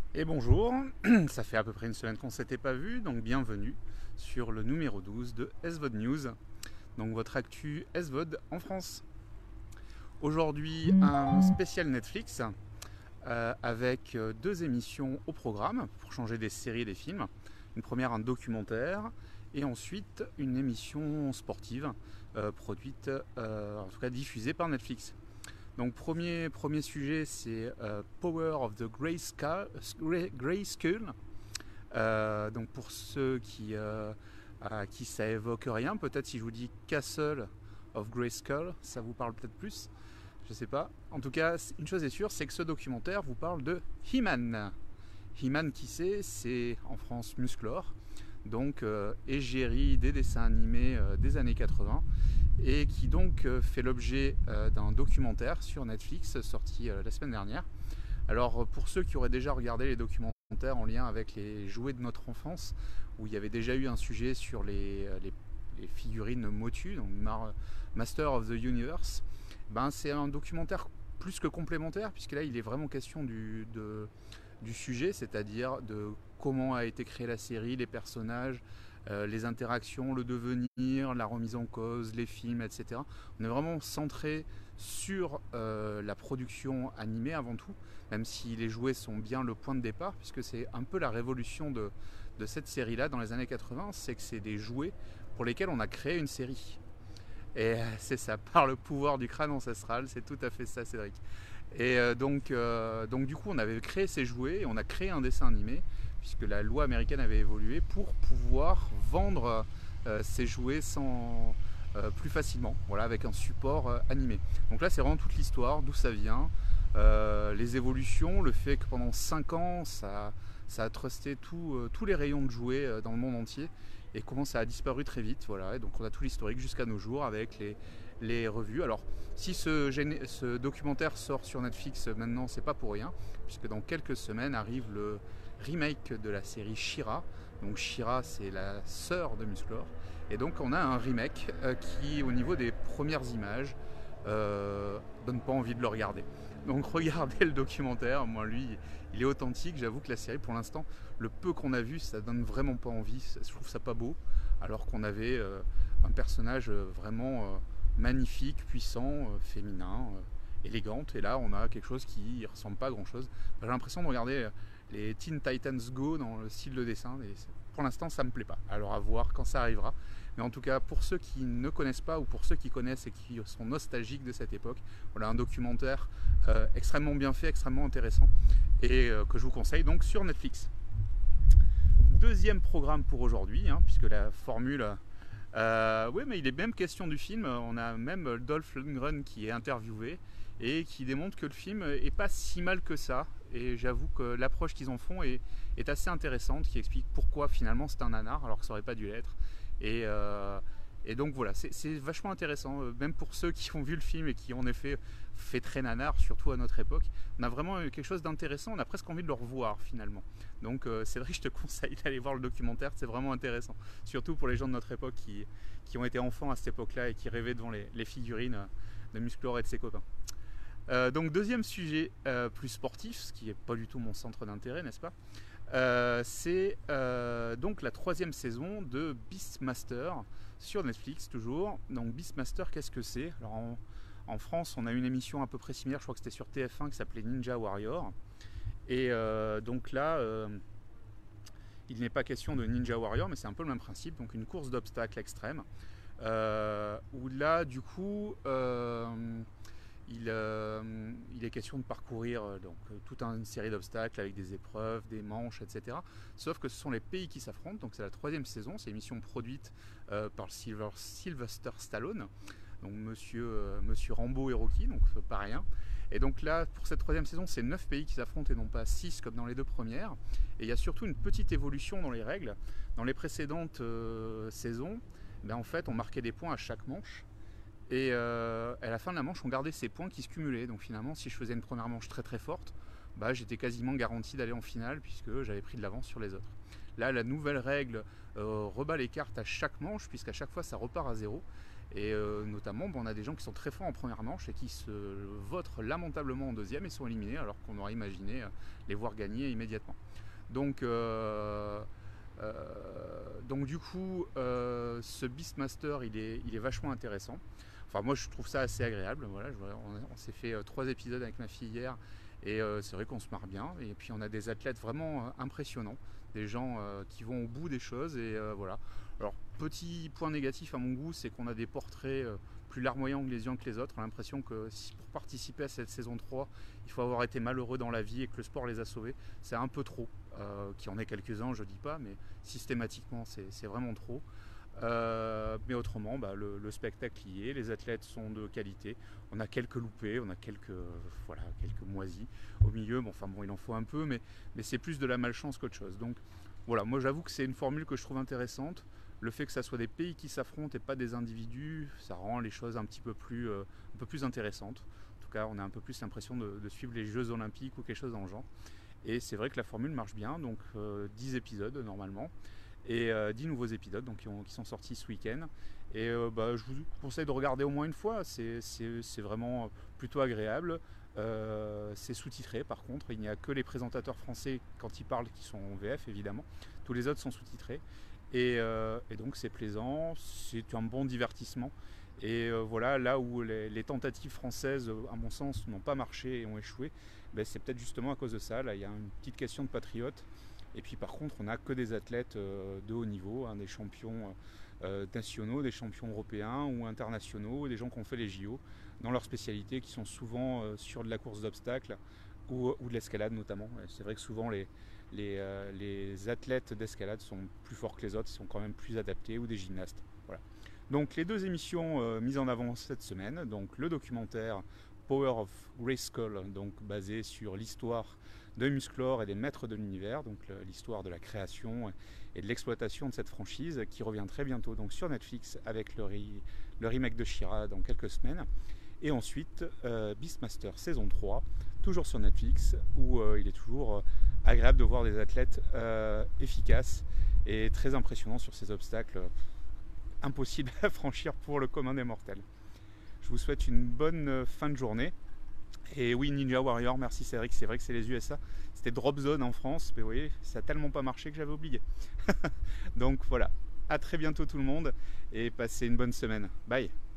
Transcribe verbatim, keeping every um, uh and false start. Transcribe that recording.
Et bonjour, ça fait à peu près une semaine qu'on ne s'était pas vu, donc bienvenue sur le numéro douze de S V O D News, donc votre actu S V O D en France. Aujourd'hui, un spécial Netflix euh, avec euh, deux émissions au programme pour changer des séries et des films. Une première, un documentaire, et ensuite une émission sportive euh, produite, euh, en tout cas diffusée par Netflix. Donc premier, premier sujet, c'est euh, Power of the Grey Skull. Grey Skull. Euh, donc pour ceux qui, euh, à qui ça évoque rien, peut-être si je vous dis Castle of Grayskull, ça vous parle peut-être plus. Je sais pas. En tout cas, une chose est sûre, c'est que ce documentaire vous parle de He-Man. He-Man, qui c'est C'est en France Musclor, donc euh, égérie des dessins animés euh, des années quatre-vingts, et qui donc euh, fait l'objet euh, d'un documentaire sur Netflix sorti euh, la semaine dernière. Alors pour ceux qui auraient déjà regardé les documentaires en lien avec les jouets de notre enfance, où il y avait déjà eu un sujet sur les, les, les figurines Motu, donc Master of the Universe, ben c'est un documentaire plus que complémentaire, puisque là il est vraiment question du, de, du sujet, c'est-à-dire de comment a été créée la série, les personnages, euh, les interactions, le devenir, la remise en cause, les films, et cetera. On est vraiment centré sur euh, la production animée avant tout, même si les jouets sont bien le point de départ, puisque c'est un peu la révolution de, de cette série-là dans les années quatre-vingts, c'est que c'est des jouets pour lesquels on a créé une série. Et c'est ça, par le pouvoir du crâne ancestral, c'est tout à fait ça, Cédric. Et euh, donc, euh, donc du coup, on avait créé ces jouets et on a créé un dessin animé, puisque la loi américaine avait évolué pour pouvoir vendre euh, ces jouets sans, euh, plus facilement, voilà, avec un support euh, animé. Donc là, c'est vraiment toute l'histoire, d'où ça vient, euh, les évolutions, le fait que pendant cinq ans, ça, ça a trusté tout, euh, tous les rayons de jouets euh, dans le monde entier, et comment ça a disparu très vite. Voilà. Et donc on a tout l'historique jusqu'à nos jours avec les, les revues. Alors si ce, ce documentaire sort sur Netflix maintenant, c'est pas pour rien, puisque dans quelques semaines arrive le remake de la série She-Ra. Donc She-Ra, c'est la sœur de Musclor. Et donc on a un remake euh, qui, au niveau des premières images, euh, donne pas envie de le regarder. Donc regardez le documentaire, moi lui, il est authentique. J'avoue que la série, pour l'instant, le peu qu'on a vu, ça donne vraiment pas envie. Je trouve ça pas beau, alors qu'on avait euh, un personnage vraiment euh, magnifique, puissant, euh, féminin, euh, élégante. Et là, on a quelque chose qui ressemble pas à grand chose. J'ai l'impression de regarder les Teen Titans Go dans le style de dessin. Et pour l'instant, ça me plaît pas. Alors à voir quand ça arrivera. Mais en tout cas, pour ceux qui ne connaissent pas ou pour ceux qui connaissent et qui sont nostalgiques de cette époque, voilà un documentaire euh, extrêmement bien fait, extrêmement intéressant, et euh, que je vous conseille donc sur Netflix. Deuxième programme pour aujourd'hui, hein, puisque la formule... Euh, oui, mais il est même question du film. On a même Dolph Lundgren qui est interviewé et qui démontre que le film est pas si mal que ça. Et j'avoue que l'approche qu'ils en font est, est assez intéressante, qui explique pourquoi finalement c'est un nanar alors que ça aurait pas dû l'être. Et, euh, et donc voilà, c'est vachement intéressant, même pour ceux qui ont vu le film et qui en effet fait très nanar, surtout à notre époque. On a vraiment quelque chose d'intéressant, on a presque envie de le revoir finalement. Donc euh, c'est vrai que je te conseille d'aller voir le documentaire, c'est vraiment intéressant. Surtout pour les gens de notre époque qui, qui ont été enfants à cette époque-là et qui rêvaient devant les, les figurines de Musclor et de ses copains. Euh, donc deuxième sujet euh, plus sportif, ce qui n'est pas du tout mon centre d'intérêt, n'est-ce pas? Euh, c'est euh, donc la troisième saison de Beastmaster sur Netflix toujours. Donc Beastmaster, qu'est-ce que c'est? Alors en, en France, on a une émission à peu près similaire, je crois que c'était sur T F un, qui s'appelait Ninja Warrior. Et euh, donc là, euh, il n'est pas question de Ninja Warrior, mais c'est un peu le même principe, donc une course d'obstacles extrême. Euh, où là, du coup, euh, il, euh, il est question de parcourir euh, donc, toute une série d'obstacles avec des épreuves, des manches, et cetera. Sauf que ce sont les pays qui s'affrontent, donc c'est la troisième saison, c'est une émission produite euh, par Silver, Sylvester Stallone, donc Monsieur, euh, Monsieur Rambo et Rocky, donc euh, pas rien. Et donc là, pour cette troisième saison, c'est neuf pays qui s'affrontent et non pas six comme dans les deux premières. Et il y a surtout une petite évolution dans les règles. Dans les précédentes euh, saisons, ben en fait, on marquait des points à chaque manche. Et euh, à la fin de la manche, on gardait ces points qui se cumulaient. Donc finalement, si je faisais une première manche très très forte, bah, j'étais quasiment garanti d'aller en finale puisque j'avais pris de l'avance sur les autres. Là, la nouvelle règle euh, rebat les cartes à chaque manche, puisqu'à chaque fois, ça repart à zéro. Et euh, notamment, bon, on a des gens qui sont très forts en première manche et qui se vautrent lamentablement en deuxième et sont éliminés, alors qu'on aurait imaginé les voir gagner immédiatement. Donc, euh, euh, donc du coup, euh, ce Beastmaster, il est, il est vachement intéressant. Enfin, moi, je trouve ça assez agréable. Voilà, je, on, on s'est fait euh, trois épisodes avec ma fille hier, et euh, c'est vrai qu'on se marre bien. Et puis, on a des athlètes vraiment euh, impressionnants, des gens euh, qui vont au bout des choses. Et euh, voilà. Alors, petit point négatif à mon goût, c'est qu'on a des portraits euh, plus larmoyants que les uns que les autres. On a l'impression que si pour participer à cette saison trois, il faut avoir été malheureux dans la vie et que le sport les a sauvés. C'est un peu trop. Euh, qu'il y en ait quelques-uns, je dis pas, mais systématiquement, c'est vraiment trop. Euh, mais autrement, bah, le, le spectacle y est, les athlètes sont de qualité. On a quelques loupés, on a quelques, voilà, quelques moisis au milieu. Bon, enfin bon, il en faut un peu, mais, mais c'est plus de la malchance qu'autre chose. Donc voilà, moi j'avoue que c'est une formule que je trouve intéressante. Le fait que ça soit des pays qui s'affrontent et pas des individus, ça rend les choses un petit peu plus, euh, un peu plus intéressantes. En tout cas, on a un peu plus l'impression de, de suivre les Jeux Olympiques ou quelque chose dans le genre. Et c'est vrai que la formule marche bien, donc euh, dix épisodes normalement. Et euh, dix nouveaux épisodes donc, qui, ont, qui sont sortis ce week-end. Et euh, bah, je vous conseille de regarder au moins une fois, c'est vraiment plutôt agréable. Euh, c'est sous-titré par contre, il n'y a que les présentateurs français quand ils parlent qui sont en V F évidemment, tous les autres sont sous-titrés. Et, euh, et donc c'est plaisant, c'est un bon divertissement. Et euh, voilà, là où les, les tentatives françaises, à mon sens, n'ont pas marché et ont échoué, ben, c'est peut-être justement à cause de ça. Là, il y a une petite question de patriote. Et puis par contre, on n'a que des athlètes euh, de haut niveau, hein, des champions euh, nationaux, des champions européens ou internationaux, des gens qui ont fait les J O dans leur spécialité, qui sont souvent euh, sur de la course d'obstacles ou, ou de l'escalade notamment. C'est vrai que souvent les, les, euh, les athlètes d'escalade sont plus forts que les autres, ils sont quand même plus adaptés, ou des gymnastes. Voilà. Donc les deux émissions euh, mises en avant cette semaine, donc le documentaire Power of Grayskull, donc basé sur l'histoire de Musclor et des maîtres de l'univers, donc l'histoire de la création et de l'exploitation de cette franchise qui revient très bientôt donc sur Netflix avec le, re le remake de She-Ra dans quelques semaines. Et ensuite euh, Beastmaster saison trois, toujours sur Netflix, où euh, il est toujours euh, agréable de voir des athlètes euh, efficaces et très impressionnants sur ces obstacles euh, impossibles à franchir pour le commun des mortels. Je vous souhaite une bonne fin de journée. Et oui, Ninja Warrior, merci Cédric, c'est vrai que c'est les U S A. C'était Drop Zone en France, mais vous voyez, ça n'a tellement pas marché que j'avais oublié. Donc voilà, à très bientôt tout le monde et passez une bonne semaine. Bye.